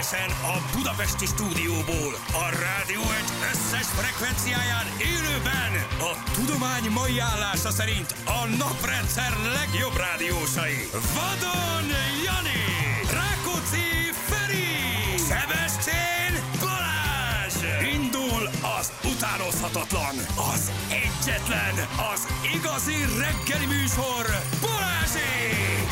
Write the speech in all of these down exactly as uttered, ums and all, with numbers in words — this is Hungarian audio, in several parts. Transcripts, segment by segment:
Egyenesen a budapesti stúdióból, a Rádió egy összes frekvenciáján élőben a tudomány mai állása szerint a naprendszer legjobb rádiósai. Vadon Jani, Rákóczi Feri, Sebestyén Balázs. Indul az utánozhatatlan, az egyetlen, az igazi reggeli műsor, Balázsék!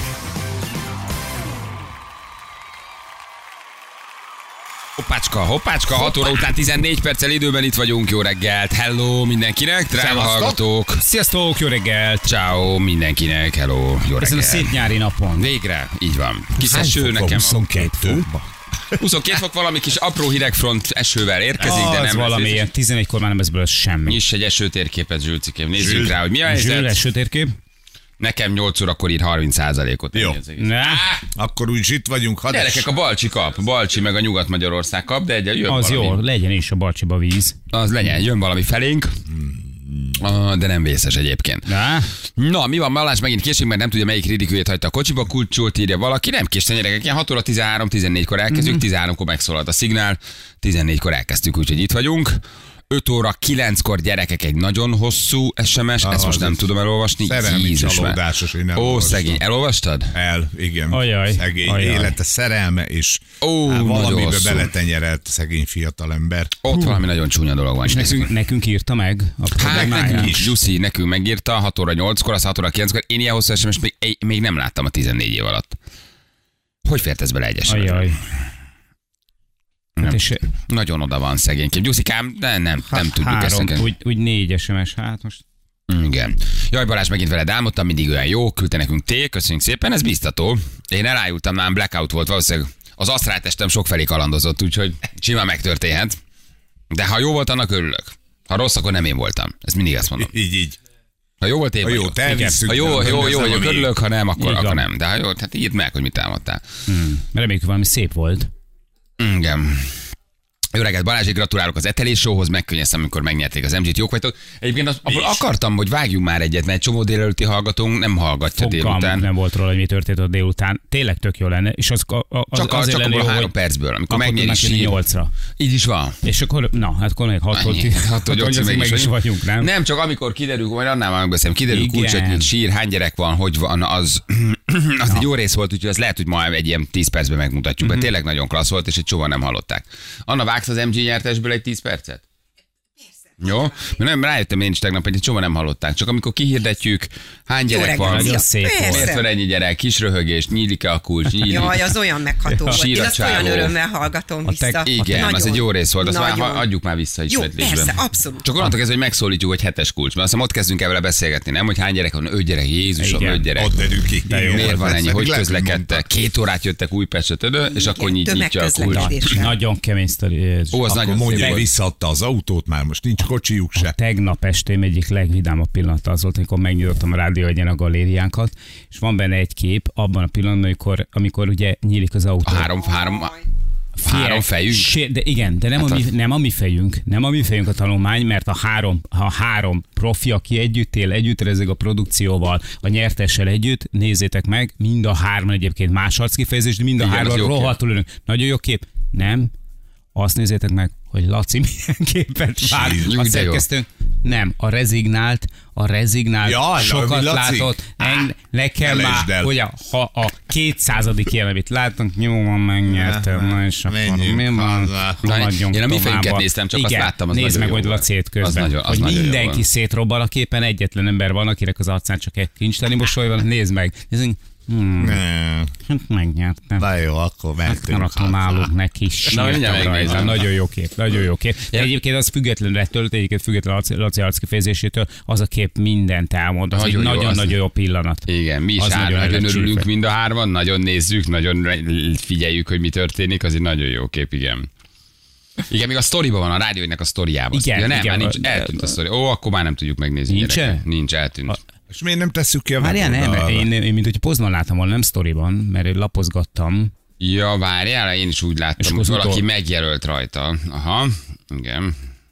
Hoppácska, hoppácska, hat óra után tizennégy perccel időben itt vagyunk, jó reggelt, hello mindenkinek, drága hallgatók. Sziasztok, jó reggelt. Ciao mindenkinek, hello, jó reggelt. Ezen a szép nyári napon. Végre, így van. Kis eső nekem. huszonkettő huszonkettő fok, valami kis apró hidegfront esővel érkezik, az de nem. valami ilyen tizenegykor már nem lesz belőle semmi. Nyis egy esőtérképet, Zsülcikém, nézzük Zsül. rá, hogy mi a helyzet. Zsül, esőtérkép. Nekem nyolc órakor ír harminc százalékot. Jó. Ne. Akkor úgy itt vagyunk. Hadd Gyerekek, a Balcsi kap, Balcsi meg a Nyugat-Magyarország kap, de egy jön Az valami. jó, legyen is a Balcsiba víz. Az legyen, jön valami felénk. Ah, de nem vészes egyébként. Ne. Na, mi van, Balázs megint késünk, mert nem tudja, melyik ridikőjét hagyta a kocsiba, kulcsult, írja valaki, nem készen gyerekek, ilyen hat óra tizenhárom tizennégykor elkezdjük, mm-hmm. tizenháromkor megszólalt a szignál, tizennégykor elkezdtük, úgyhogy itt vagyunk. öt óra kilenckor gyerekek egy nagyon hosszú es em es, Ah, ezt most nem tudom elolvasni. szerelmi Jézus már. csalódásos, én Ó, elolvastam. szegény, elolvastad? El, igen. Ajaj, Szegény ajaj. élete, szerelme, és Ó, hát nagyon valamibe hosszú. beletenyerelt szegény fiatalember. Ott valami nagyon csúnya dolog van. És nekünk, nekünk írta meg a Hát problémáját. nekünk is. Jussi nekünk megírta hat óra nyolckor, az hat óra kilenckor. Én ilyen hosszú es em es még, még nem láttam a tizennégy év alatt. Hogy fért ez bele egy es em es-be? Ajaj. Nem. És Nagyon oda van szegényként. Gyuszikám, de nem, nem tudjuk három, ezt. úgy, úgy négy es em es, hát most. Igen. Jaj, Balázs, megint veled álmodtam, mindig olyan jó, küldte nekünk té, köszönjük szépen, ez biztató. Én elájultam, már blackout volt, valószínűleg az asztráltestem sokfelé kalandozott, úgyhogy simán megtörténhet. De ha jó volt, annak örülök. Ha rossz, akkor nem én voltam. Ezt mindig azt mondom. Így, így. Ha jó volt, én Ha jó, vagyok. te elvisszük, Ha jó, nem, jó, ez jó, nem jó, a mi. örülök, ha nem, akkor, Így akkor van. nem. De ha jó, hát írd meg, hogy mit támadtál. Hmm. Reméljük, valami szép volt. Igen. Jó reggelt, Balázsék, gratulálok az Etelés Showhoz, megkönnyeztem, amikor megnyerték az em gét, jók vagytok. Egyébként az, abból akartam, hogy vágjunk már egyet, mert egy csomó délelőtti hallgatónk nem hallgatja Fogalmam délután. nem volt róla, hogy mi történt a délután. Tényleg tök jó lenne. És az, az, az Csak, az, azért csak lenne abból jó, a három hogy percből, amikor akkor megnyeri tudnánk jönni sír. nyolcra. Így is van. És akkor, na, hát akkor még hattól Annyi. Hattól nyolcig meg is vagyunk, nem? Nem, csak amikor kiderül, majd annál már megbeszélem, kiderül Igen. kulcsot, mint sír, hány gyerek van, hogy van, az, az egy jó rész volt, úgyhogy az lehet, hogy ma egy ilyen tíz percben megmutatjuk, Mhm. mert tényleg nagyon klassz volt, és egy soha nem hallották. Anna, vágsz az em gé nyertesből egy tíz percet? Jó? Mert nem rájöttem én is tegnap, hogy egy csomó nem hallották. Csak amikor kihirdetjük, hány gyerek van, Nagyon szép volt. miért van ennyi gyerek, kis röhögés, nyílik-e a kulcs, nyílik. Jaj, az olyan megható volt. Sír Én a azt olyan csávó. örömmel hallgatom A vissza. tek- Igen, Nagyon, az egy jó rész volt, azt már nagyon. adjuk már vissza Jó, ismétlésben. persze, abszolút. Csak onnantól kezdve, hogy megszólítjuk, hogy hetes kulcs. Mert azt hiszem, ott kezdünk el vele beszélgetni, nem? Hogy hány gyerek van, öt gyerek, Jézusom, Igen. öt gyerek. Ott dedük ki. De jó. Miért van ennyi? Hogy Lehet, közlekedtek? mondta. Két órát jöttek Újpestre, tudod? És akkor nyit, nyitja a kulcs. Tömegközlekedés. Nagyon kemény sztori. Jézus. Ó, az Akkor nagyon szép mondja, hogy volt. visszaadta az autót, már most nincs kocsijuk se. Tegnap estém egyik legvidámabb pillanata az volt, amikor megnyitottam a Rádió egyen a galériánkat, és van benne egy kép abban a pillanatban, amikor, amikor ugye nyílik az autó. A három, három, Figyelj, három fejünk? sé- De igen, de nem, Hát a mi, az- nem a mi fejünk, nem a mi fejünk a tanulmány, mert a három, a három profi, aki együtt él, együtt rezeg a produkcióval, a nyertessel együtt, nézzétek meg, mind a hárman egyébként más arckifejezés, de mind a Igen, az hárman jó kép. rohadtul örülünk. Nagyon jó kép. Nem, azt nézzétek meg, hogy Laci milyen képet vár. Jó, A de jó. szerkesztőnk nem, a rezignált, a rezignált, Ja, sokat Laci. látott, eng, nekem felejtsd már, el. hogy a, ha a kétszázadik ilyen, amit látunk, jó van, megnyertem, na és akkor Menjünk mi van? haza. Haladjunk Én a mi tovább. fejünket néztem, csak azt Igen, láttam, az nézd nagyon meg, jó hogy volt. Lacét közben, Az nagyon- az hogy nagyon jó mindenki volt. szétrobban a képen, egyetlen ember van, akinek az arcán csak egy kincsteni mosoly van, nézd meg. Nézd meg. Hmm, Ne. hát megnyertem. Na jó, akkor mentünk Gratulálok neki. Na, mindjárt Sírtam megnézem. rajta. Nagyon jó kép, nagyon jó kép. De Ja. egyébként az függetlenül ettől, egyébként függetlenül Laci- Laci arckifejezésétől, az a kép mindent elmond. Az egy Nagyon jó, nagyon-nagyon az- jó pillanat. Igen, mi is Az hár, nagyon nagyon, el lett örülünk csípve. mind a hárman, nagyon nézzük, nagyon figyeljük, hogy mi történik, az egy nagyon jó kép, igen. Igen, még a sztoriban van, a rádióinak a sztoriában. Igen, ja, nem, igen. már nincs, eltűnt a sztori. Ó, akkor már nem tudjuk megnézni. Nincsen? gyerekek. Nincs, eltűnt. És miért nem tesszük ki a Várjál, nem, weboldalra? én, én mint hogy poznan láttam volna, nem sztoriban, mert én lapozgattam. Ja, várjál, én is úgy És láttam, akkor hogy az valaki utol- megjelölt rajta. Aha, igen.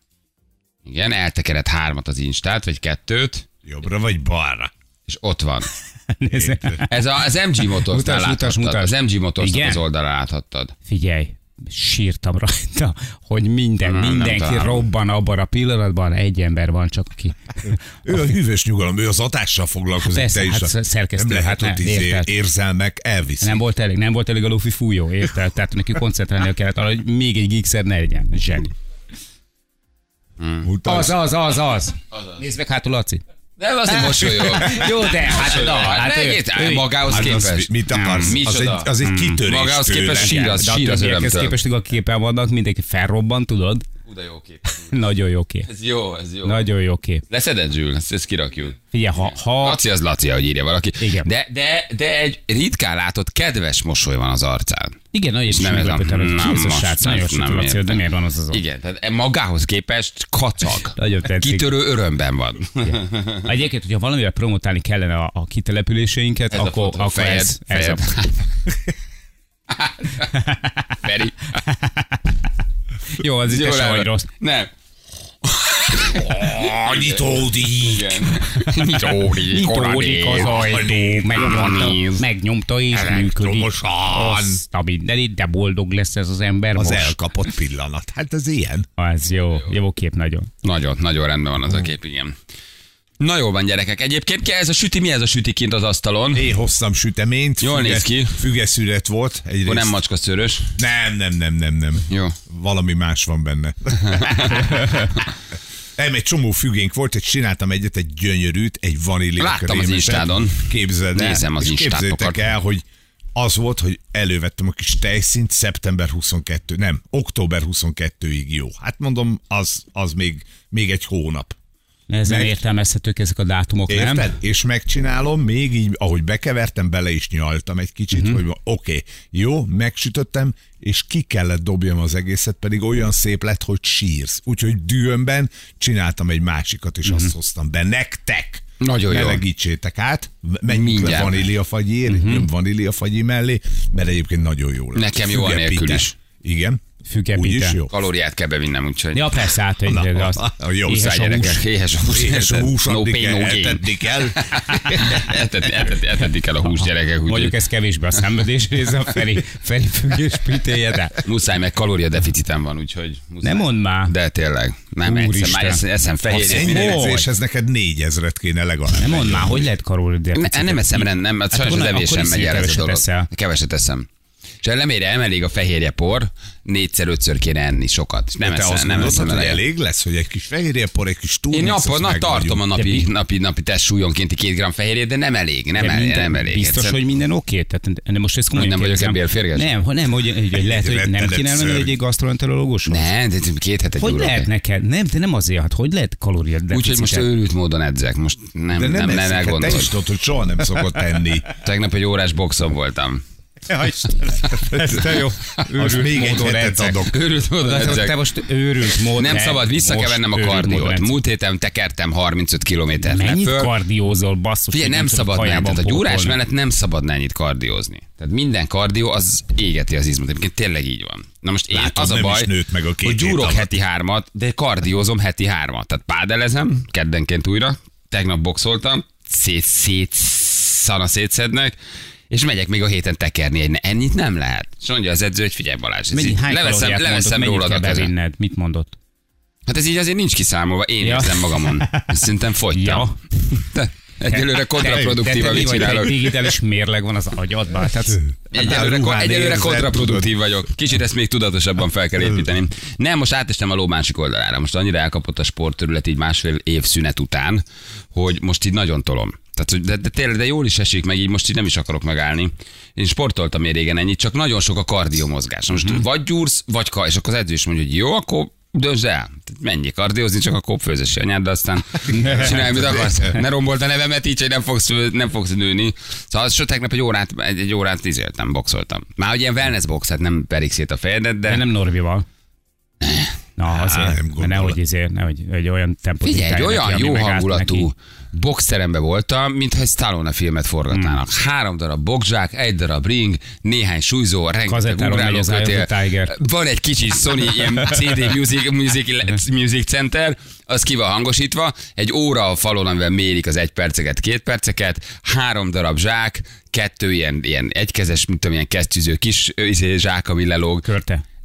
Igen, eltekered hármat az Instát, vagy kettőt, Jobbra vagy balra? és ott van. Nézd, Ez a, az em gé Motorsnál Mutasd, mutasd, láthattad. mutasd. Az em gé Motorsnak Igen? az oldalán láthattad. Figyelj, sírtam rajta, hogy minden, Nem, nem mindenki találom. robban abban a pillanatban, egy ember van csak, aki... Ő a hűvös nyugalom, ő az adással foglalkozik, Persze, te is. hát a- szerkesztő, nem hát lehet, ne, hogy izé érted. érzelmek elviszik. Nem volt elég, nem volt elég a lufi fújó, érted? Tehát neki koncentrálnia kellett arra, hogy még egy gigszer ne legyen. Zseni. Az, az, az, az. Nézd meg hátul, Laci. De azért mosolyog. Jó, de hát, na, hát ő, ő, magához Hát az, képest. mit akarsz? Hmm, Az egy, micsoda? az egy kitörés Magához tőle. képest sír, az de a sír az többiekhez örömtől. képest, akik képen vannak, mindenki felrobban, tudod? Hú, de jó kép. Nagyon jó kép. Ez jó, ez jó. Nagyon jó kép. Leszeded, Zsül? Ezt, ezt kirakjuk. Figyelj, ha... ha Laci az Laci, ahogy írja valaki. Igen. De, de, de egy ritkán látott kedves mosoly van az arcán. igen, nagyon is nem ez a- meglepődtem, hogy nem ki ez a most, srác, nem- nagyon nem sok Laci, de értem. miért van az az? Igen, tehát magához képest kacag. Nagyon tetszik. Kitörő örömben van. Egyébként, hogyha valamivel promotálni kellene a, a kitelepüléseinket, Ez a akkor, fotó, akkor fejed, ez, ez a... fejed. Feri. Jó, az itt Jó se lenne. vagy rossz. Nem. Nyitódik. Igen. Nyitódik. Nyitódik az ajtó, megnyomta, néz. megnyomta és működik. Elektromosan. Azt a mindenit, de boldog lesz ez az ember Az most. elkapott pillanat. Hát ez ilyen. Az jó, jó kép nagyon. Nagyon, nagyon rendben van az a kép, igen. Na jól van, gyerekek. Egyébként ki ez a süti? Mi ez a süti kint az asztalon? Én hoztam süteményt. Jól néz ki. Fügeszület volt. Egyrészt. Akkor nem macskaszőrös. Nem, nem, nem, nem, nem. Jó. Valami más van benne. Nem, egy csomó fügénk volt, egy csináltam egyet, egy gyönyörűt, egy vanília Láttam az krémeset. Instádon. Képzeld el. Nézem az és Instátokat. képzeljétek el, hogy az volt, hogy elővettem a kis tejszínt szeptember huszonkettő, nem, október huszonkettőig jó. Hát mondom, az, az még, még egy hónap. Ez nem Meg- értelmezhetők ezek a dátumok, Érted? nem? És megcsinálom, még így, ahogy bekevertem, bele is nyaltam egy kicsit, uh-huh. hogy oké, okay, jó, megsütöttem, és ki kellett dobjam az egészet, pedig olyan szép lett, hogy sírsz. Úgyhogy dühömben csináltam egy másikat, és uh-huh. azt hoztam be nektek. Nagyon jó. Melegítsétek át, menjünk Mindjárt. le vaníliafagyér, uh-huh. vaníliafagyi mellé, mert egyébként nagyon jó lesz. Nekem jó a nélkül Fügepite. is. Igen. Fügepite. Úgyis jó. Kalóriát kell bevinnem, úgyhogy... Ja, persze, hát, hogy Na, az, a jó éhes Muszáj, a hús. gyerekek. Éhes a hús. És a hús No addig pain, kell, no gain. eltetni kell. Eteti- eteti- Etetik el a hús, gyerekek. Mondjuk Úgyhogy ez kevésbé a szenvedés része, a Feri, Feri függős pitéje, de muszáj, meg kalóriadeficitem van, úgyhogy... Muszáj. nem mondd már. De tényleg. Nem, egyszer Úristen. már eszem, eszem A fehérjét. minden- szennyezéshez neked négyezret kéne legalább. Nem mondd már, hogy lehet karolni Ne, nem eszem rend, nem, hát sajnos az akkor- evésem akkor megy iszonyú el ez a keveset dolog. eszel. Keveset eszem. És lemére elég a fehérje por, négyszer-ötször kéne enni sokat. És nem Te azt eszem, nem gondolod, eszem hogy eleget. elég lesz, hogy egy kis fehérjepor, egy kis túlmix, Én azt napon meg tartom a vagyunk. napi, mi- napi, napi testsúlyonkénti két gram fehérjét, de nem elég, nem, De elég, minden- nem elég. Biztos, Egyszer- hogy minden oké? Tehát de most ezt komolyan nem vagyok kérdezem. ebből férges? Nem, hogy nem, hogy, hogy lehet, hogy nem Rettenet kéne elmenni szörny. egy gasztroenterológushoz? Ne, de két hetet Hogy gyúrok. lehet neked? Nem, de nem azért, hát hogy lehet kalóriát Úgyhogy most őrült módon edzek. Most nem, De nem, nem, nem, nem eszik, hát te elgondolod. is tudod, hogy soha nem szokott enni. Tegnap egy órás boxon voltam. Ja, Istenem. Ez te jó. Most még egy módon hetet edzek. adok. Őrült módon De edzek. te most őrült mód. Nem te szabad, vissza kell most vennem a őrült módon kardiót. edzek. Múlt héten tekertem harmincöt kilométert Mennyit föl. kardiózol, basszus? Figyelj, hogy nem tudod szabad menni. kajában Tehát a gyúrás pótolni. mellett nem szabad ennyit kardiózni. Tehát minden kardió az égeti az izmot. Egyébként tényleg így van. Na most én Látod, az a nem baj, is nőtt meg a két hogy hét gyúrok alatt. heti hármat, de kardiózom heti hármat. Tehát pádelezem, keddenként újra, tegnap boxoltam, szét, szét, szana szétszednek, és megyek még a héten tekerni egy, ennyit nem lehet. És mondja az edző, hogy figyelj Balázs, ez Mennyi, így, hány leveszem, kalóriát leveszem mondott, rólad mennyit a kell kezem. bevinned? Mit mondott? Hát ez így azért nincs kiszámolva, én Ja. érzem magamon. Szerintem fogytam. Ja. De egyelőre kontraproduktív, Te- te- amit te- vagy csinálok. Egy digitális mérleg van az agyadban. Tehát Egyelőre, ruhán egyelőre érzed, kontraproduktív tudod. vagyok. Kicsit ezt még tudatosabban fel kell építeni. Nem, most átestem a ló másik oldalára. Most annyira elkapott a sportterület így másfél év szünet után, hogy most így nagyon tolom. Tehát, hogy de, de tényleg, de jól is esik, meg így most így nem is akarok megállni. Én sportoltam még régen ennyit, csak nagyon sok a kardiomozgás. Most Mhm. vagy gyúrsz, vagy ka, és akkor az edző is mondja, hogy jó, akkor döntsd el. Tehát menjél kardiózni, csak akkor főzös anyáddal, aztán csinálj, mit akarsz. Ne rombold a nevemet így, hogy nem fogsz, nem fogsz nőni. Szóval az, tegnap egy órát, egy, egy órát izéltem, boxoltam. Már hogy ilyen wellness box, hát nem verik szét a fejedet, de... de nem Norbival. Na, azért, nem mert gondolom. nehogy izé, nehogy egy olyan tempót. Figyelj, egy csinálj neki, olyan ami jó megállt hangulatú neki. boxteremben voltam, mintha egy Stallone filmet forgatnának. Hmm. Három darab boxzsák, egy darab ring, néhány súlyzó, rengeteg Kazettáról megy az Eye of ugrálókötél. the Tiger. Van egy kicsi Sony ilyen cé dé Music, music, music Center, az ki van hangosítva, egy óra a falon, amivel mérik az egy perceket, két perceket, három darab zsák, kettő ilyen, ilyen egykezes, mint tudom, ilyen kesztyűző kis izé, zsák, ami lelóg. Körte.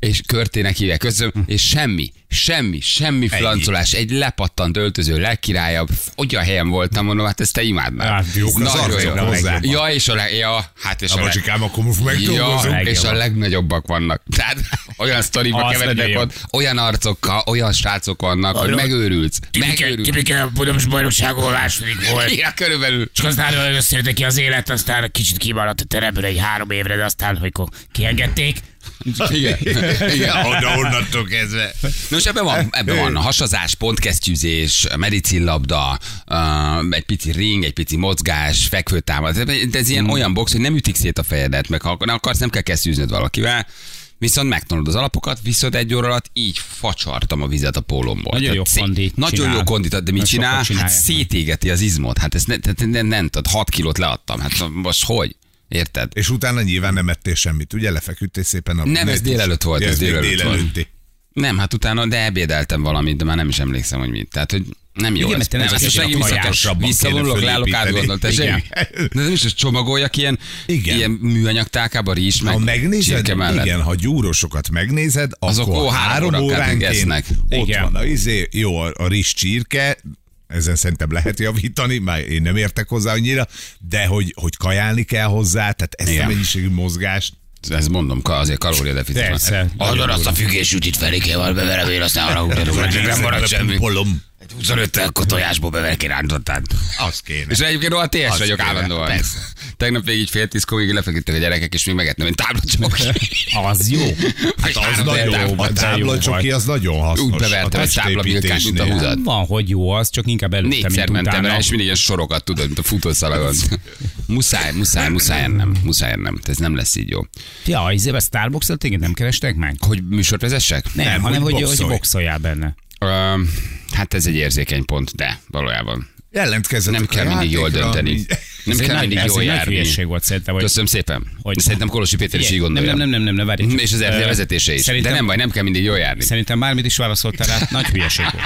és Körtének hívják, köszönöm, és semmi, semmi, semmi flancolás, egy lepattant öltöző legkirályabb, olyan helyen voltam, mondom, hát ezt te imádnád. Hát, jók az Nagyon arcok jó. hozzá. Ja, és a, leg, ja, hát és A a, leg, bacsikám, akkor most megdolgozunk. ja, és a legnagyobbak vannak. Tehát olyan sztoriba Az keveredek nagyon ott, olyan arcokkal, olyan srácok vannak, hogy megőrülsz. Megőrülsz. Tibike a Budapest bajnokságon második volt. Ja, körülbelül. Csak aztán először neki az élet, aztán kicsit kimaradt a teremből egy három évre, de aztán, hogy kiengedték. Igen. Igen. Oda onnantól kezdve. Nos, ebben van, ebben van hasazás, pontkesztyűzés, medicinlabda, uh, egy pici ring, egy pici mozgás, fekvőtámad. De ez ilyen olyan box, hogy nem ütik szét a fejedet, meg ha nem akarsz, nem kell kesztyűznöd valakivel. Viszont megtanulod az alapokat, viszont egy óra alatt így facsartam a vizet a pólomból. Nagyon jó kondit Nagyon csinál. jó kondit, de mit Nagyon csinál? sokat Hát csinálják. szétégeti az izmot. Hát ez ne, ne, ne, nem tudod, hat kilót leadtam. Hát most hogy? Érted? És utána nyilván nem ettél semmit, ugye? Lefeküdtél szépen a... Nem, ez délelőtt volt, Ja, ez még délelőtt volt. délelőtti. Nem, hát utána, de ebédeltem valamit, de már nem is emlékszem, hogy mit. Tehát, hogy nem jó Igen, ez. mert te nem Nem, ezt vagy most egy megint kajás, visszatok- abban visszavonulok, kéne leállok, fölépíteni. átgondoltam. Igen. De nem is, hogy csomagoljak ilyen, Igen. ilyen műanyag tálkába rizs, meg Ha megnézed, csirke mellett. igen, ha gyúrosokat megnézed, Azok akkor ó, három három órákat óránként esznek. ott Igen. van a izé, jó, a, a rizs csirke, ezen szerintem lehet javítani, már én nem értek hozzá annyira, de hogy, hogy kajálni kell hozzá, tehát ezt Igen. a mennyiségű mozgást, Ez mondom, ka- azért kalóriadeficit van. Persze. Adod azt a függésütit felékéval beverem, én aztán arra húgyatok, hogy nem marad semmi. Polom. Egy huszonöttel akkor tojásból bever kirántottad. Az kéne. És egyébként rohadt éhes Az vagyok kéne, állandóan. persze. Tegnap végig fél tízkor végig lefeküdtek a gyerekek, és még megettem egy táblacsoki. Az jó. Hát az Három nagyon, tétel. a táblacsoki az nagyon hasznos. Úgy bevertem egy táblabirkát, mint a húzat. Van, hogy jó az, csak inkább előtte, Négyszer mint mentem utána. rá, és mindig ilyen sorokat tudod, mint a futószalagon. Muszáj, muszáj, muszáj nem, muszáj nem. Ez nem lesz így jó. Ja, izébe Starbucks-ot téged nem kerestek meg? Hogy műsort vezessek? Nem, Nem, hanem hogy hogy, hogy boxolj. boxoljál benne. Ö, hát ez egy érzékeny pont, de valójában. Jelentkezzetek Nem kell a mindig jól játékra. dönteni. Nem Ez egy kell nagy- mindig ez jól egy nagy járni. hülyeség volt szerintem. Hogy Köszönöm szépen. Hogy- Szerintem Kolosi Péter is így nem, gondolja. nem, nem, nem, nem, ne várj. És az er té el Ö, vezetése is. Szerintem, De nem baj, nem kell mindig jól járni. Szerintem bármit is válaszoltál rá, nagy hülyeség volt.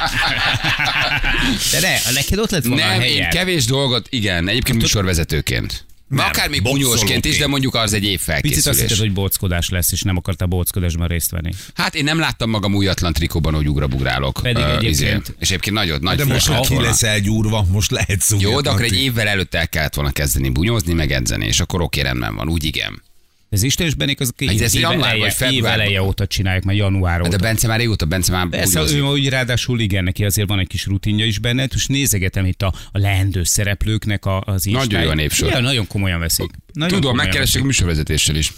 De ne, neked ott lett volna a Nem, én helyed. kevés dolgot, igen, egyébként műsorvezetőként. Nem, Akár még boxolóként. bunyósként is, de mondjuk az egy év Picit azt felkészülés. hitted, hogy bóckodás lesz, és nem akartál bóckodásban részt venni. Hát én nem láttam magam újatlan trikóban, hogy ugrabugrálok. Pedig Ö, egyébként- izé. És egyébként nagyon nagy De most flash már lett ki volna. lesz elgyúrva, most lehet szó. Jó, de akkor egy évvel előtt el kellett volna kezdeni bunyózni, meg edzeni, és akkor oké, rendben van, úgy igen. Ez Isten és Benék azok Ez év, január vagy eleje, év februárban. eleje óta csinálják, mert január óta. De Bence már régóta, Bence már Persze, bunyózik. ő ma úgy ráadásul igen, neki azért van egy kis rutinja is benne, és nézegetem itt a, a leendő szereplőknek a, az Nagyon Instáját. jó a népsor. Ja, nagyon komolyan veszik. Nagyon Tudom, komolyan megkeressük a műsorvezetéssel is.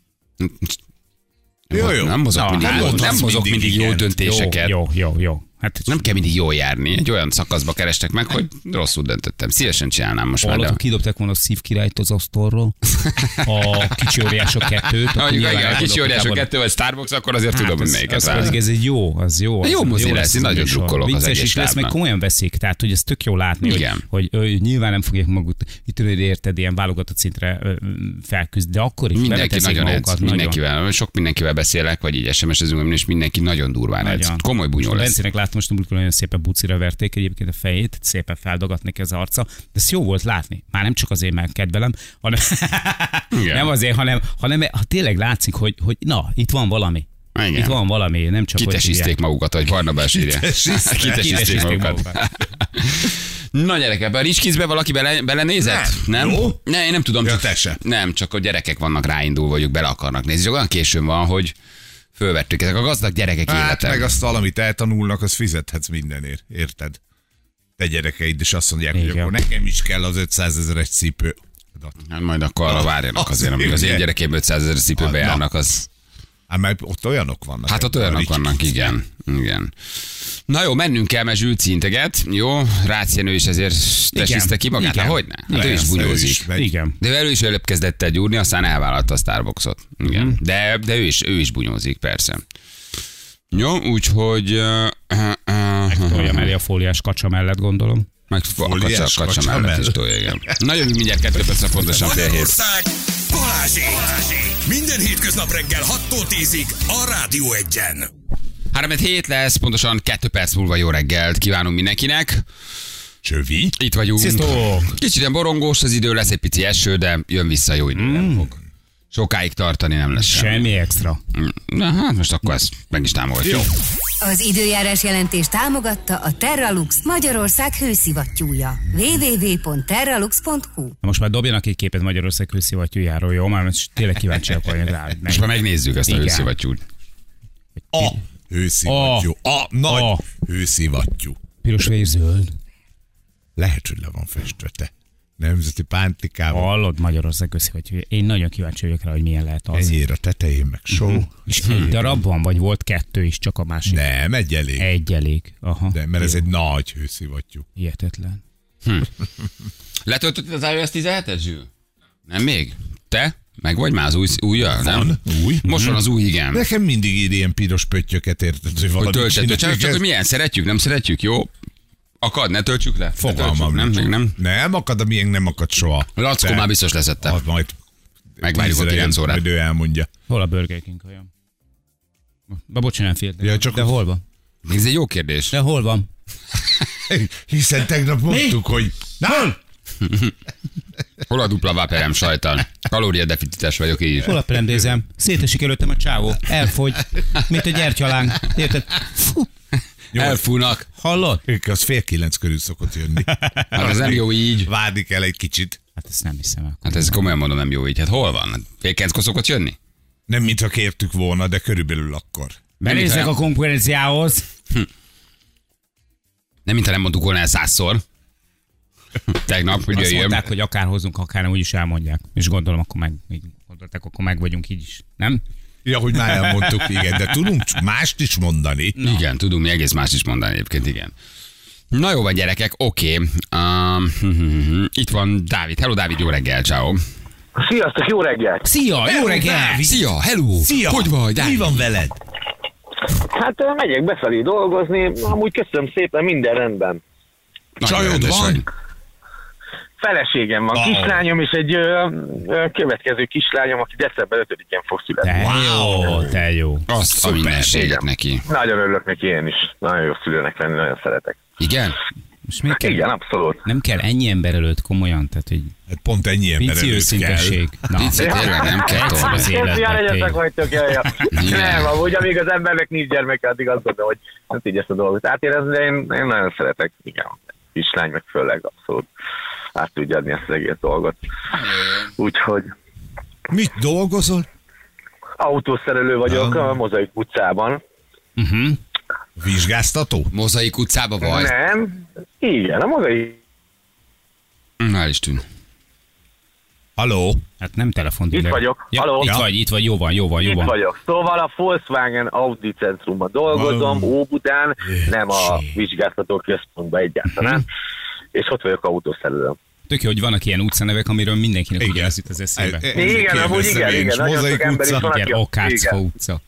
Jó, jó. Nem mozog Na, mindig, hát jó, mondhatsz nem mozog mindig mindig jó igent. döntéseket. Jó, jó, jó, jó. Hát Nem kell mindig jól járni. Egy olyan szakaszba kerestek meg, hogy rosszul döntöttem. Szívesen csinálnám most már. hallottuk, De... kidobták volna a szívkirályt az asztalról, a kicsi óriások kettőt. akkor Mondjuk, nyilván igen, a kicsi elgondolkodtál óriások volna. kettő vagy Starbucks, akkor azért Hát tudom, hogy az, melyiket az, választok. pedig ez egy jó, az jó. Az, Jó az mozi jó lesz, én az nagyon műsor. drukkolok az Vicces egész is lesz, meg stábnak. komolyan veszik, tehát hogy ez tök jó látni, hogy, Igen. hogy, hogy nyilván nem fogják magukat, itt ülni, érted, ilyen válogatott szintre ö, felküzd, de akkor is Mindenki beveteszik nagyon edz, magukat. nagyon. mindenkivel, sok mindenkivel beszélek, vagy így es em es-ezünk, és mindenki nagyon durván edz. Nagyon. Komoly bunyó lesz. Bencének láttam most, amikor nagyon szépen bucira verték egyébként a fejét, szépen feldagat neki az arca, de ez jó volt látni. Már nem csak azért, mert kedvelem, hanem Igen. nem azért, hanem, hanem ha tényleg látszik, hogy, hogy na, itt van valami. Igen. Itt van valami, nem csak hogy Kitesizték magukat, hogy Barnabás írja. Kitesizték. Kitesizték Kitesizték magukat. magukat. Na gyerekek, a Ricskizbe valaki bele, belenézett? Nem. Nem. nem? Ne, én nem tudom. Ja, Csak, te se. nem, csak a gyerekek vannak ráindulva, vagyok bele akarnak nézni. Csak olyan későn van, hogy fölvettük. Ezek a gazdag gyerekek Hát élete. meg azt valamit eltanulnak, az fizethetsz mindenért, érted? Te gyerekeid is azt mondják, hogy Igen. akkor nekem is kell az ötszázezeres cipő. Hát majd akkor arra várjanak azért, amíg az én igen. gyerekeim ötszázezer cipőbe Na. járnak, az... Hát mert ott olyanok vannak. Hát ott A olyanok Ricskizben. vannak, igen. igen. Na jó, mennünk kell, mert Zsülci integet. Jó, Rácz Jenő is ezért tesiszte ki magát. Igen. Hát hogyne? Hát ő is Persze, ő bunyózik. is megy. Igen. De ő elő is előbb kezdett el gyúrni, aztán elvállalta a Starbucksot. Igen. Mhm. De, de ő, is, ő is bunyózik, persze. Jó, úgyhogy... Uh, uh, uh, Tolja mellé a fóliás kacsa mellett, gondolom. meg a kacsa, Fóliás kacsa kacsa mellett is mellett. tolja, igen. Na jövünk mindjárt kettő percre, pontosan fél hét. Magyarország Balázsék. Minden hétköznap reggel hattól tízig a Rádió Egyen. három hét lesz, pontosan kettő perc múlva jó reggelt kívánunk mindenkinek. Csövi? Itt vagyunk. Sziasztok! Kicsit ilyen borongós az idő, lesz egy pici eső, de jön vissza jó idő. Mm. Fog. Sokáig tartani nem lesz semmi. Semmi extra. Na hát most akkor ezt meg is támogatjuk. Az időjárás jelentés támogatta a Terralux Magyarország hőszivattyúja. double-u double-u double-u pont terralux pont hu. Most már dobjanak egy képet Magyarország hőszivattyújáról, jó? Már most tényleg kíváncsiak vagyok rá. Meg. Most már megnézzük ezt a Igen. hőszivattyút. A hőszivattyú. A nagy A. hőszivattyú. Piros vagy zöld. Lehet, hogy le van festve, te. Nemzeti pántikával. Hallod Magyarország hőszivattyúja. Én nagyon kíváncsi vagyok rá, hogy milyen lehet az. Enyér a tetején, meg só. És egy darab van, vagy volt kettő is, csak a másik? Nem, egy elég. Egy elég. Aha. De, mert ez egy nagy hőszivattyú. Hihetetlen. Letöltötted az iOS tizenhetet, Zsül? Nem még? Te? Meg vagy már az új, újjal, nem? Van, új. Most van az új, igen. Nekem mindig ír ilyen piros pöttyöket, érted, hogy Hogy valamit töltsed, csak, csináljuk. csak hogy milyen, szeretjük, nem szeretjük, jó? Akad, ne töltsük le? Ne Fogalmam töltsük, nem, nincs. még nem. Nem akad, a miénk nem akad soha. Lackó De- már biztos leszette. Hát majd Megvárjuk a tízre kilenc jön, órát. majd ő elmondja. Hol a Burger King olyan? Ba, bocs, nem féltem. Ja, csak De az- hol van? Ez egy jó kérdés. De hol van? Hiszen tegnap mondtuk, hogy... Na, Hol a dupla vaperem sajtal? Kalóriadeficites vagyok így is. Hol a prendézem? Szétesik előttem a csávó. Elfogy. Mint a gyertyaláng. Érted? Fú, Elfúnak. hallod? az fél kilenc körül szokott jönni. Hát ez nem jó így. Várni kell egy kicsit. Hát ezt nem hiszem el. Hát ez komolyan mondom, nem jó így. Hát hol van? Hát fél kilenckor szokott jönni? Nem mintha kértük volna, de körülbelül akkor. Benézek mintha- a konkurenciához. Nem, mintha nem mondtuk volna el százszor. Tegnap, hogy Azt jöjjön. mondták, hogy akár hozunk, akár nem, úgyis elmondják. És gondolom, akkor meg, így gondolták, akkor meg vagyunk így is. Nem? Ja, hogy már elmondtuk, igen, de tudunk mást is mondani. Igen, tudunk mi egész más is mondani egyébként, igen. Na jó van, gyerekek, oké. Um, itt van Dávid. Hello, Dávid, jó reggel, ciao. Sziasztok, jó reggelt! Szia, jó reggel! Szia, hello! Szia! Hogy vagy, Mi Dávid? van veled? Hát ö, megyek befelé dolgozni, amúgy köszönöm szépen, minden rendben. Nagyon Csajod rendes van? vagy. Feleségem van, Wow. kislányom és egy ö, ö, következő kislányom, aki december ötödikén fog születni. Te jó, te jó. Azt a mindenséget Igen. neki. Nagyon örülök neki én is. Nagyon jó szülőnek lenni, nagyon szeretek. Igen? Most még kell, Igen, abszolút. nem kell ennyi ember előtt komolyan, tehát hogy Hát pont ennyi ember pici előtt őszintesség. Na, Pici, tényleg nem kell Egyszer tolni. az életben, Jár, egyetek tényleg. vagytok, jaj, jaj. Igen. Nem, amúgy amíg az embernek nincs gyermeke, addig azt gondolom, hogy nem tudja ezt a dolgot átérezni, de én, én nagyon szeretek, igen, kislány meg főleg abszolút át tudja adni ezt az egész dolgot. Úgyhogy Mit dolgozol? autószerelő vagyok Ah. a Mozaik utcában. Uh-huh. Vizsgáztató? Mozaik utcába vagy? Nem, igen, a Mozaik. Na, el is tűnt. Haló? Hát nem telefon. Itt vagyok. Ja, Halló? itt Ja. vagy, itt vagy, jó van, jó van, jó Itt van. vagyok. Szóval a Volkswagen Audi centrumban dolgozom, Valami. Óbudán, nem a vizsgáztató központban egyáltalán. Mhm. És ott vagyok autószerelő. Tök jó, hogy vannak ilyen utcanevek, amiről mindenkinek Igen. ugye az jut az eszébe. E- e- Igen, kérdeztem amúgy igen, én igen, is. nagyon sok Mozaik ember is utca. van. Igen, Okácfa Igen. utca.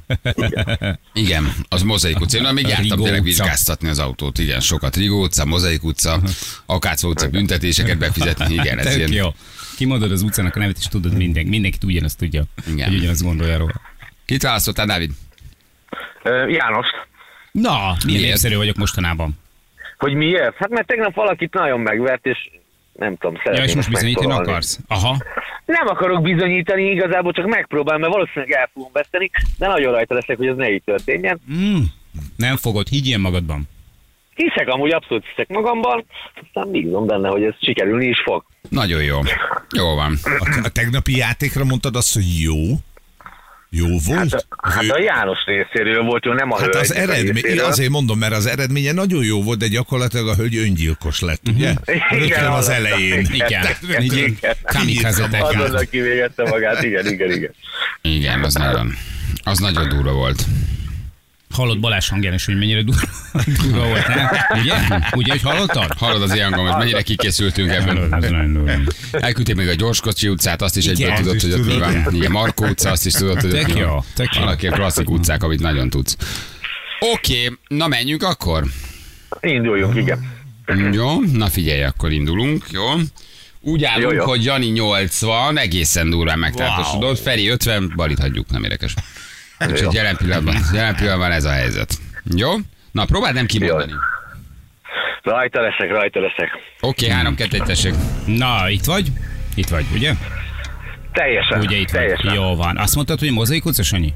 Igen, az Mozaik utca. Én na, még jártam Rigó tényleg utca. vizsgáztatni az autót. Igen, sokat. Rigó utca, Mozaik utca, Akácfa utca büntetéseket befizetni. Igen, ez Tök ilyen. jó. Kimondod az utcának a nevet, és tudod mindenki. Mindenki ugyanazt tudja. Igen. Hogy ugyanazt gondolja róla. Kit választottál, Dávid? Ö, János, Na, milyen Miért? népszerű vagyok mostanában. hogy miért? Hát mert tegnap valakit nagyon megvert, és nem tudom, Ja, szeretném és most ezt bizonyítani megszólalni. akarsz? Aha. Nem akarok bizonyítani, igazából csak megpróbálom, mert valószínűleg el fogom veszteni, de nagyon rajta leszek, hogy ez ne így történjen. Mm. Nem fogod, higgyél magadban. Hiszek, amúgy abszolút hiszek magamban, aztán bízom benne, hogy ez sikerülni is fog. Nagyon jó. Jó van. A, a tegnapi játékra mondtad azt, hogy jó? Jó volt? Hát, a- hát a János részéről volt jó, nem a Hát az hölgynek a eredmény, részéről. azért mondom, mert az eredménye nagyon jó volt, de gyakorlatilag a hölgy öngyilkos lett, ugye? Rögtön az hallottam, elején. Igen. Tehát Igen. rögtön Kamikaze kiírta technika. magát. Azonnal kivégezte magát, igen, igen, igen. Igen, az nagyon, az nagyon durva volt. Hallod Balázs hangján is, hogy mennyire durva, durva volt, nem? Ugye? Ugye, hogy hallottad? Hallod az ilyen hangom, hogy mennyire kikészültünk Hallod, ebben. ez nagyon durva. Elküldték még a Gyorskocsi utcát, azt is egyből Igen, tudod, azt hogy is ott mi tudod. van. Igen, Markó utca, azt is tudod, hogy ott Tök mi jó, van. tök jó. Vannak ilyen klasszik utcák, amit nagyon tudsz. Oké, na menjünk akkor. Induljunk, igen. Jó, na figyelj, akkor indulunk, jó? Úgy állunk, Jó, jó. hogy Jani nyolcvan, egészen durván megtartósodott, Feri ötven, Balit hagyjuk, nem érdekes. Úgyhogy jelen pillanatban, jelen pillanatban ez a helyzet. Jó? Na, próbáld nem kimondani. Rajta leszek, rajta leszek. Oké, három, kettő, egy, tessék. Na, itt vagy? Itt vagy, ugye? Teljesen, Ugye itt teljesen. vagy. Jó van. Azt mondtad, hogy Mozaik utca, Sanyi?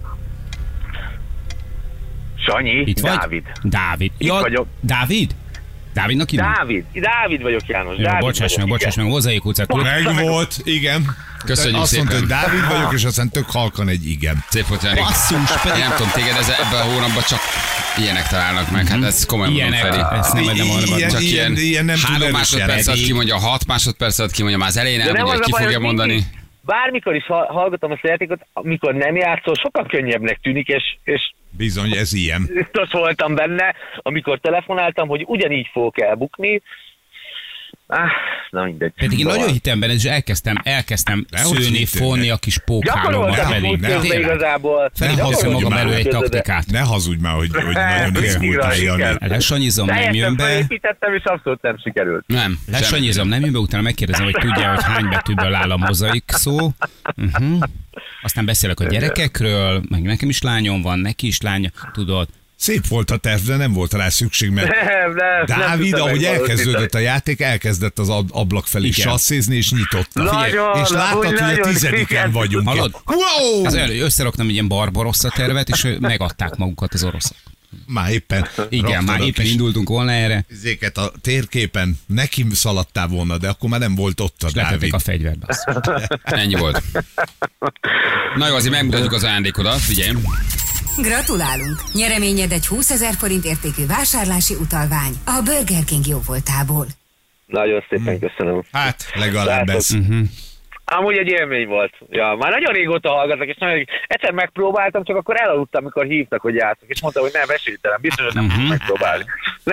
Sanyi, Itt vagy? Dávid. Dávid. Itt vagyok. Dávid? Dávidnak hívnak? Dávid, Dávid vagyok, János. Jó, Dávid bocsáss meg, vagyok, bocsáss igen. meg, Mozaik utca. klub. Meg volt, igen. Köszönjük Azt mondta, szépen. hogy Dávid vagyok, és aztán tök halkan egy igen. Szép volt, Jani. Basszus, pedig- Én nem tudom, téged ez, ebben a hónapban csak ilyenek találnak meg. Hát ez komolyan mondom, Ilyenek, Feri. ezt nem adom arra. Ilyen- Csak ilyen- ilyen, ilyen nem tud három erős másodperc alatt eredmény. kimondja, hat másodperc alatt kimondja, már az elején De nem elmondja, az hogy a ki baj, fogja hogy mondani. mindig, bármikor is ha- hallgatom ezt a játékot, amikor nem játszol, sokkal könnyebbnek tűnik, és, és Bizony, ez ilyen. biztos voltam benne, amikor telefonáltam, hogy ugyanígy fogok elbukni. Ah, na mindegy. Pedig én Szóval- nagyon hittem benne, és elkezdtem, elkezdtem Dehogy szőni, hittél, fonni ne. a kis pókhálómat Gyakoroltam felé. úgy közben Tényleg. igazából. Feri, Ne hozom hazudj magam már. elő egy Közben, de- taktikát. Ne hazudj már, hogy, hogy nagyon Mindig izgultál, rajta Jani. kell. Lesanyizom, nem jön Teljesen be. felépítettem, és abszolút nem sikerült. Nem. Lesanyizom, nem jön be, utána megkérdezem, hogy tudja, hogy hány betűből áll a mozaik szó. Uh-huh. Aztán beszélek a gyerekekről, meg nekem is lányom van, neki is lánya, tudod. Szép volt a terv, de nem volt rá szükség, mert Nem, nem, nem Dávid, tudtam ahogy megvalósítani. elkezdődött a játék, elkezdett az ab- ablak felé Igen. sasszézni, és nyitotta. Nagyon, és láttad, úgy hogy a nagyon tizediken igen. vagyunk. Hallod? Wow! Az olyan, hogy összeraktam egy ilyen Barbarossa tervet, és megadták magukat az oroszok. Már éppen Igen, raktad már a éppen kis indultunk volna erre, izéket a térképen, neki szaladtál volna, de akkor már nem volt ott a és letették Dávid. a fegyvert. basszus. Ennyi volt. Na jó, azért megmutatjuk az ajándékodat, figyelj. Gratulálunk! Nyereményed egy húszezer forint értékű vásárlási utalvány a Burger King jóvoltából. Nagyon szépen köszönöm. Hát, legalább Látod. ez. Amúgy egy élmény volt. Ja, már nagyon régóta hallgatlak, és nagyon, egyszer megpróbáltam, csak akkor elaludtam, amikor hívtak, hogy játszok, és mondtam, hogy nem, esélytelen, biztos, hogy nem Mhm. fogok megpróbálni.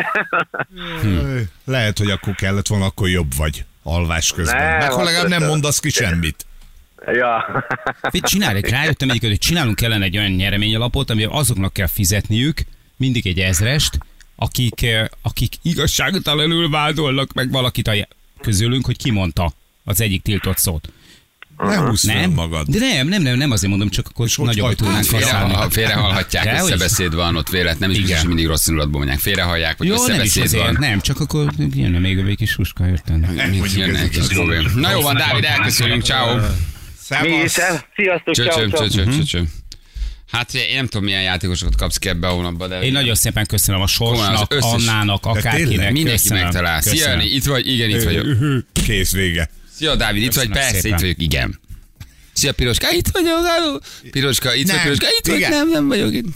Ö, Lehet, hogy akkor kellett volna, akkor jobb vagy alvás közben. Nem, Meg ha legalább akkor nem ez- mondasz ki semmit. ja. Mit csináljuk? Rájöttem egyébként, hogy csinálunk kellene egy olyan nyereményalapot, amivel azoknak kell fizetniük, mindig egy ezrest, akik, eh, akik igazságtalanul vádolnak meg valakit a je- közülünk, hogy kimondta az egyik tiltott szót. Ne húzz fel Nem? magad. De nem, nem, nem, nem azért mondom, csak akkor hogy nagyobb hajtod? tudnánk Félre, használni. ha félre hallhatják, De, hogy- összebeszéd van ott vélet, nem is biztos, Igen. hogy mindig rossz indulatból mondják. Félrehallják, vagy Jó, nem is összebeszéd azért, van. nem, csak akkor jönne még egy kis suska, érted? Mit jönne egy kis góvé. Na jó van, Dávid, elköszönjük, ciao. Mi is Szevasz. el. Sziasztok, ciao, Csöcsöm, ciao. csöcsöm, csöcsöm. Hát én nem tudom, milyen játékosokat kapsz ki ebbe a hónapba, de Én nagyon szépen köszönöm a Komolyan, Sorsnak, az összes- Annának, tényleg, akárkinek. mindenki köszönöm, megtalál. Szia, köszönöm. Jani, itt vagy? Igen, itt vagyok. Kész vége. Szia, Dávid, itt vagy? Köszönöm Persze, szépen. itt vagyok, igen. Szia, Piroska, itt vagyok, halló. Piroska, itt vagy, Nem, Piroska, itt vagy, igen. nem, nem vagyok itt.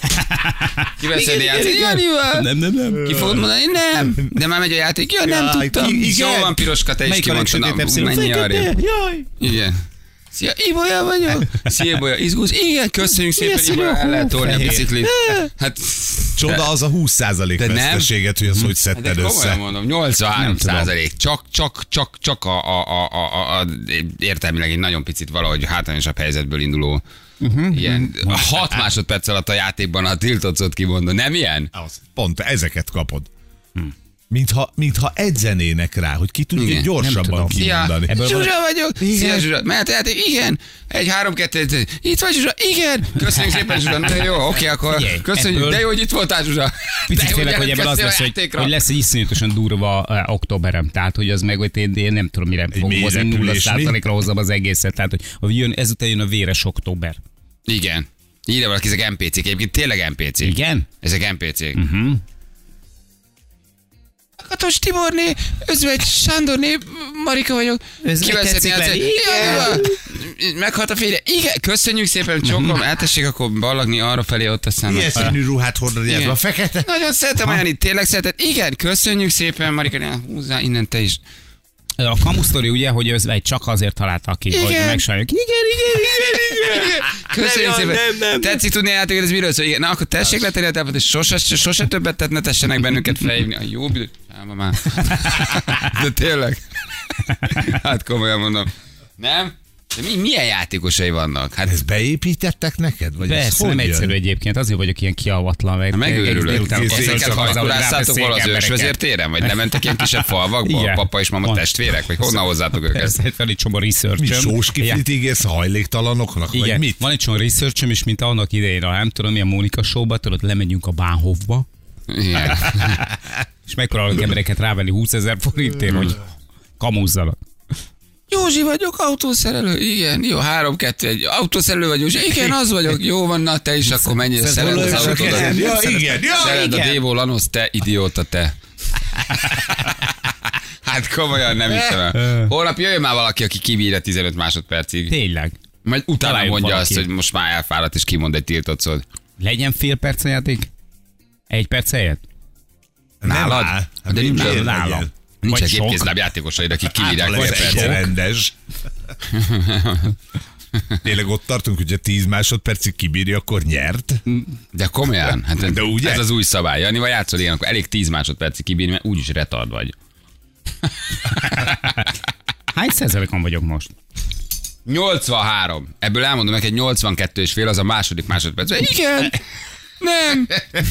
Ki beszélni játék? Janival. Nem, nem, nem. Ki fogod mondani? Nem. De már megy a játék. Ja, nem Jaj, tudtam. ki- igen. Jó van, Piroska, te is Melyik a kimondtad. legsötétebb Na, színű? Menj arrébb. Jaj. Igen. Szia, Ibolya vagyok. Szia, Ibolya, izgulsz? Igen, köszönjük szépen, színű? Ibolya, el lehet tolni a Fehér. biciklit. Hát, Csoda az a húsz százalék De nem. veszteséget, hogy azt hogy de szedted komolyan össze. mondom, nyolcvanhárom Nem tudom. százalék. Csak, csak, csak, csak a, a, a, a, a, a, értelmileg egy nagyon picit valahogy hátrányosabb helyzetből induló uh-huh. ilyen hat másodperc alatt a játékban a tiltott szót kimondani. Nem ilyen? Az, pont ezeket kapod. Mintha, mintha edzenének rá, hogy ki tudja Igen, nem gyorsabban tudom. Szia, kimondani. Ebből van- Zsuzsa vagyok. Szia, Zsuzsa. Mehet a játék? Igen. Egy, három, kettő, itt vagy, Zsuzsa? Igen. Köszönjük szépen, Zsuzsa. De jó, oké, akkor Figyelj, köszönjük. ebből- De jó, hogy itt voltál, Zsuzsa. Picit De jó, félek, hogy ebből az jelentkeztél lesz, a hogy, játékra. hogy lesz egy iszonyatosan durva uh, októberem. Tehát, hogy az meg, hogy én, én nem tudom, mire fogom mély hozni, nulla repülés, mi? százalékra hozzam az egészet. Tehát, hogy hogy jön, ezután jön a véres október. Igen. Írja valaki, ezek em pé cék. Egyébként tényleg em pé cék. Igen? Ezek em pé cék. Uh-huh. Katos Tiborné, Özvegy Sándorné, Marika vagyok. Ez Kivel tetszik szeretnél lenni? játszani? Igen. Meghalt a férje. Igen, köszönjük szépen, csokom. Eltessék akkor ballagni arra felé ott aztán. Milyen színű ruhát hordod, ez Igen. a fekete? Nagyon szeretem olyan itt, tényleg szereted. Igen, köszönjük szépen, Marika. Húzzá innen te is. A kamusztori ugye, hogy ez egy csak azért találta ki, hogy Igen. megsajnáljuk. Igen, igen, igen, igen. Köszönjük Nem, szépen. nem, nem. Tetszik tudni a játékot, ez miről szól? Igen, na akkor tessék letenni a telefont, és sose, sose többet tett, ne tessenek bennünket felhívni. A jó büdös. Sáma már. De tényleg. Hát komolyan mondom. Nem? De mi, milyen játékosai vannak? Hát Ezt beépítettek neked? Vagy ez Persze, nem hogy jön? egyszerű egyébként, azért vagyok ilyen kialvatlan. Meg megőrülök. Kész- Ezeket kész- hajkuráztátok kész- valahogy az kész- ősvezér téren? Vagy lementek ilyen kisebb falvakba? Igen. Papa és mama Van. testvérek? Vagy honnan hozzátok őket? Persze, van egy csomó Mi research sós kiflit ígérsz hajléktalanoknak? Vagy Igen, mit? van egy csomó research és mint annak idején, a nem tudom, milyen Mónika showba, tudod, lemegyünk a Bahnhofba, Igen. és megpróbálunk embereket rávenni húszezer forintért, hogy kamuzzanak. Józsi vagyok, autószerelő. Igen, jó, három, kettő, egy. Autószerelő vagy, Józsi. Igen, az vagyok. Jó van, na te is, akkor menjél, szereld az autódat. Ja, igen, ja, Szereld a igen. Dévó Lanosz, te idióta, te. Hát komolyan nem hiszem el. Holnap jöjjön már valaki, aki kibírja tizenöt másodpercig. Tényleg. Majd utána Találjuk mondja valaki. azt, hogy most már elfáradt, és kimond egy tiltott szót. Legyen fél perc a játék? Egy perc helyett? Nálad? áll. Hát De nincs miért nálam. legyen? nálam. Nincsenek Vagy sok. kétkézláb játékosaid, akik kibírják Hát, fél ez egy percig. rendes. Tényleg ott tartunk, hogyha tíz másodpercig kibírja, akkor nyert. De komolyan, hát De ugye? ez az új szabály. Jani, vagy játszod, igen, akkor elég tíz másodpercig kibírni, mert úgyis retard vagy. Hány százalékon vagyok most? nyolcvanhárom. Ebből elmondom neked, nyolcvankettő és fél az a második másodperc. Igen, nem.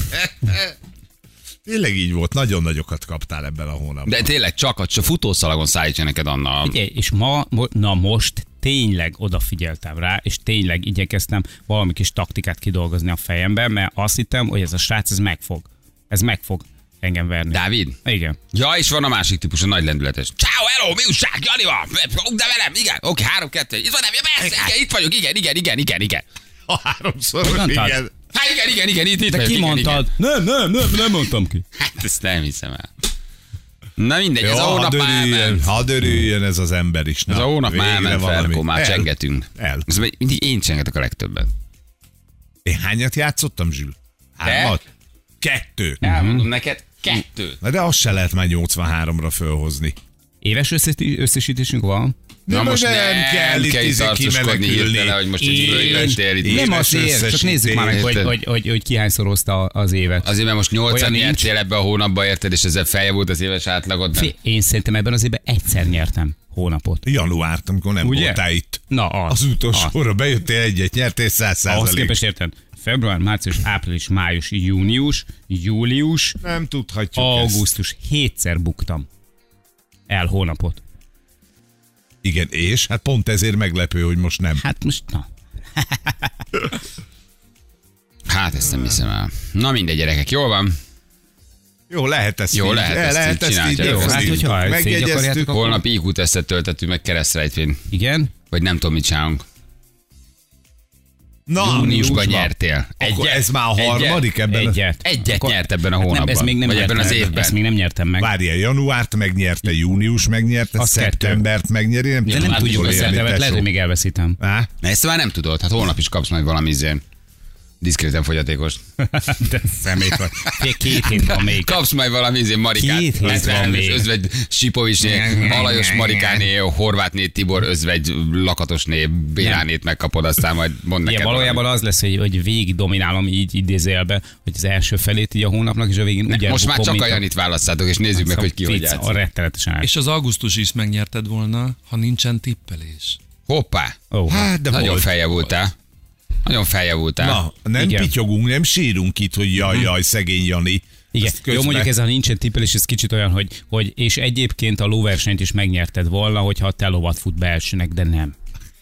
Tényleg így volt, nagyon nagyokat kaptál ebben a hónapban. De tényleg csak a csak futószalagon szállítja neked Anna. Ugye, és ma, mo- na most tényleg odafigyeltem rá, és tényleg igyekeztem valami kis taktikát kidolgozni a fejemben, mert azt hittem, hogy ez a srác, ez megfog. Ez megfog engem verni. Dávid? Igen. Ja, és van a másik típus, a nagy lendületes. Ciao, hello, mi újság, Jani van? De velem, igen. Oké, három, kettő, itt van, nem, ja, persze, igen, itt vagyok, igen, igen, igen, igen, igen. A háromszor, Hogy mondtad? igen. Hát igen, igen, igen, itt, itt De vagyok, ki igen, mondtad? igen. Nem, nem, nem, nem mondtam ki. Hát ezt nem hiszem el. Na mindegy, Jó, ez a hónap hadd már örüljön, elment. hadd örüljön ez az ember is. Ez Na, a hónap már végre elment, valami. Ferkó, már El. csengetünk. El. Ez mindig én csengetek a legtöbbet. Én hányat játszottam, Zsül? Hármat? Kettő. Elmondom neked, kettő. Na de azt se lehet már nyolcvanháromra fölhozni. Éves össze- összesítésünk van? Na De most nem nem kell itt kell izé tartózkodni kimenekülni. hirtelen, hogy most egy Én- bőjöltél itt. Én- Nem Éves azért, csak nézzük már meg, hogy, összesítés. hogy, hogy, hogy ki hányszor hozta az évet. Azért, mert most nyolcan Olyan nincs. nyertél ebbe a hónapba, érted, és ezzel feljebb volt az éves átlagod. Fé, én szerintem ebben az évben egyszer nyertem hónapot. Januárt, amikor nem Ugye? voltál itt. Na, az. Az utolsóra bejöttél egyet, nyertél száz Ahhoz százalék. képest érted? Február, március, április, május, június, július, Nem tudhatjuk ezt. augusztus. Hétszer buktam el hónapot. Igen, és? Hát pont ezért meglepő, hogy most nem. Hát most, na. Hát ezt nem hiszem el. Na mindegy, gyerekek, jól van. Jó, lehet ezt Jó, így, lehet ezt lehet így ezt csinálni. így Jó, hát, rögzítjük. hogyha ezt így Megjegyeztük. akarjátok, akkor- Holnap í kú tesztet töltettünk meg keresztrejtvén. Igen? Vagy nem tudom, mit csinálunk. Na, Júniusban nyertél. Akkor ez már a harmadik ebben a- Egyet. Egyet Akkor- nyert ebben a Hát nem, hónapban. ez még nem vagy nyertem, ebben az évben. Ezt még nem nyertem meg. Várjál, januárt megnyerte, június megnyerte, Az szeptembert megnyeri, nem De tudom, nem már tudjuk tudjuk a élni, szervemet, lehet, hogy még elveszítem. Á? Ezt már nem tudod, hát holnap is kapsz majd valami izén. Diszkréten fogyatékos. De Szemét vagy. Fél két hét van még. Kapsz majd valami izén Marikát. Két hét van még. Özvegy Sipovicsné, Alajos Marikáné, Horvátné, Tibor Özvegy Lakatosné, Bélánét megkapod, aztán majd mond neked Igen, valójában az lesz, hogy, hogy végig dominálom így idézélbe, hogy az első felét így a hónapnak, és a végén úgy Ne, most már elbukom, csak a mint Janit válasszátok, és nézzük meg, hogy ki hogy Fic, játszik. a rettenetesen át. És az augusztus is megnyerted volna, ha nincsen tippelés. Hoppá! Ó, Hát, de Nagyon volt. feljavultál. Nagyon feljavultál. Na, nem Igen. pityogunk, nem sírunk itt, hogy jaj, jaj, szegény Jani. igen, Azt jó, közben- mondjuk ez a nincsen tippelés, ez kicsit olyan, hogy, hogy és egyébként a lóversenyt is megnyerted volna, hogyha a te lovat fut be elsőnek, de nem.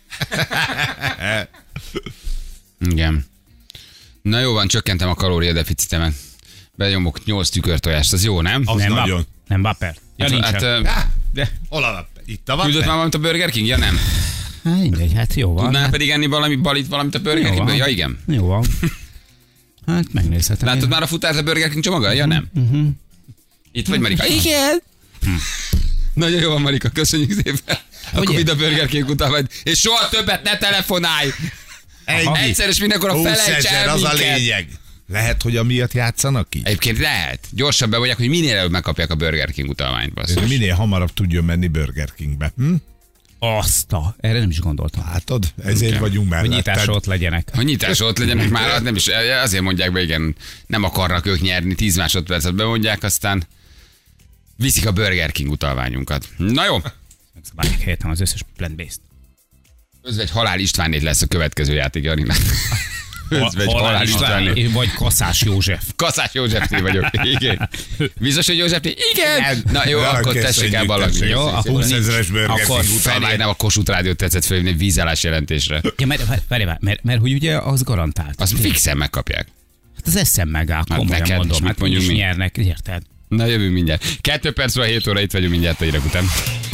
Igen. Na jó van, csökkentem a kalóriadeficitemet. Benyomok nyolc tükörtojást, az jó, nem? Az nem nagyon. Bap, nem Bapper. Ja, Itt- nincsen. hát, ö, De, Hol a nap? Itt a küldött már valamit a Burger King? Ja nem. hát mindegy, hát jó van. Tudnál Hát, pedig enni valami balit, valamit a Burger jó Kingből? van. Ja igen. Jó van. Hát megnézhetem. Látod már a futárt a Burger King csomaggal? Ja nem. Itt vagy Marika? Igen. Nagyon jó van, Marika, köszönjük szépen. Akkor vidd a Burger King után majd. És soha többet ne telefonálj! Ennyi. Egyszer és mindenkor a húsz felejts ezer, el az a minket. lényeg. Lehet, hogy amiatt játszanak így? Egyébként lehet. Gyorsan bemondják, hogy minél előbb megkapják a Burger King utalványt. basszus. Minél hamarabb tudjon menni Burger Kingbe. Hm? Azt a, erre nem is gondoltam. Látod? Ezért Igen. vagyunk Hogy nyitásra melletted. ott legyenek. Ha nyitás ott legyen, mert már nem is, azért mondják be, igen, nem akarnak ők nyerni, tíz másodpercet bemondják, aztán viszik a Burger King utalványunkat. Na jó, Megszabálják helyettem az összes plant-based. Özvegy Halál Istvánét lesz a következő játék, Janinál. Özvegy Halál Istvánét. István, vagy Kaszás József. Kaszás Józsefné vagyok. Igen. Biztos, hogy Józsefné? Igen. Na jó, Na, akkor köszönjük, tessék el ballagni. tessék. Jó, akkor húsz nincs. ezeres Burger Akkor King Felé utalvány. nem a Kossuth Rádiót tetszett fölhívni egy vízállás jelentésre. Ja, mert, mert, mert, mert, mert, mert hogy ugye az garantált. Azt fixen megkapják. Hát az eszem megáll, Hát komolyan neked, és mondom. mit Hát mondjunk is mi? nyernek, érted? Na jövünk mindjárt. Kettő perc van, hét óra, itt vagyunk mindjárt a hírek után.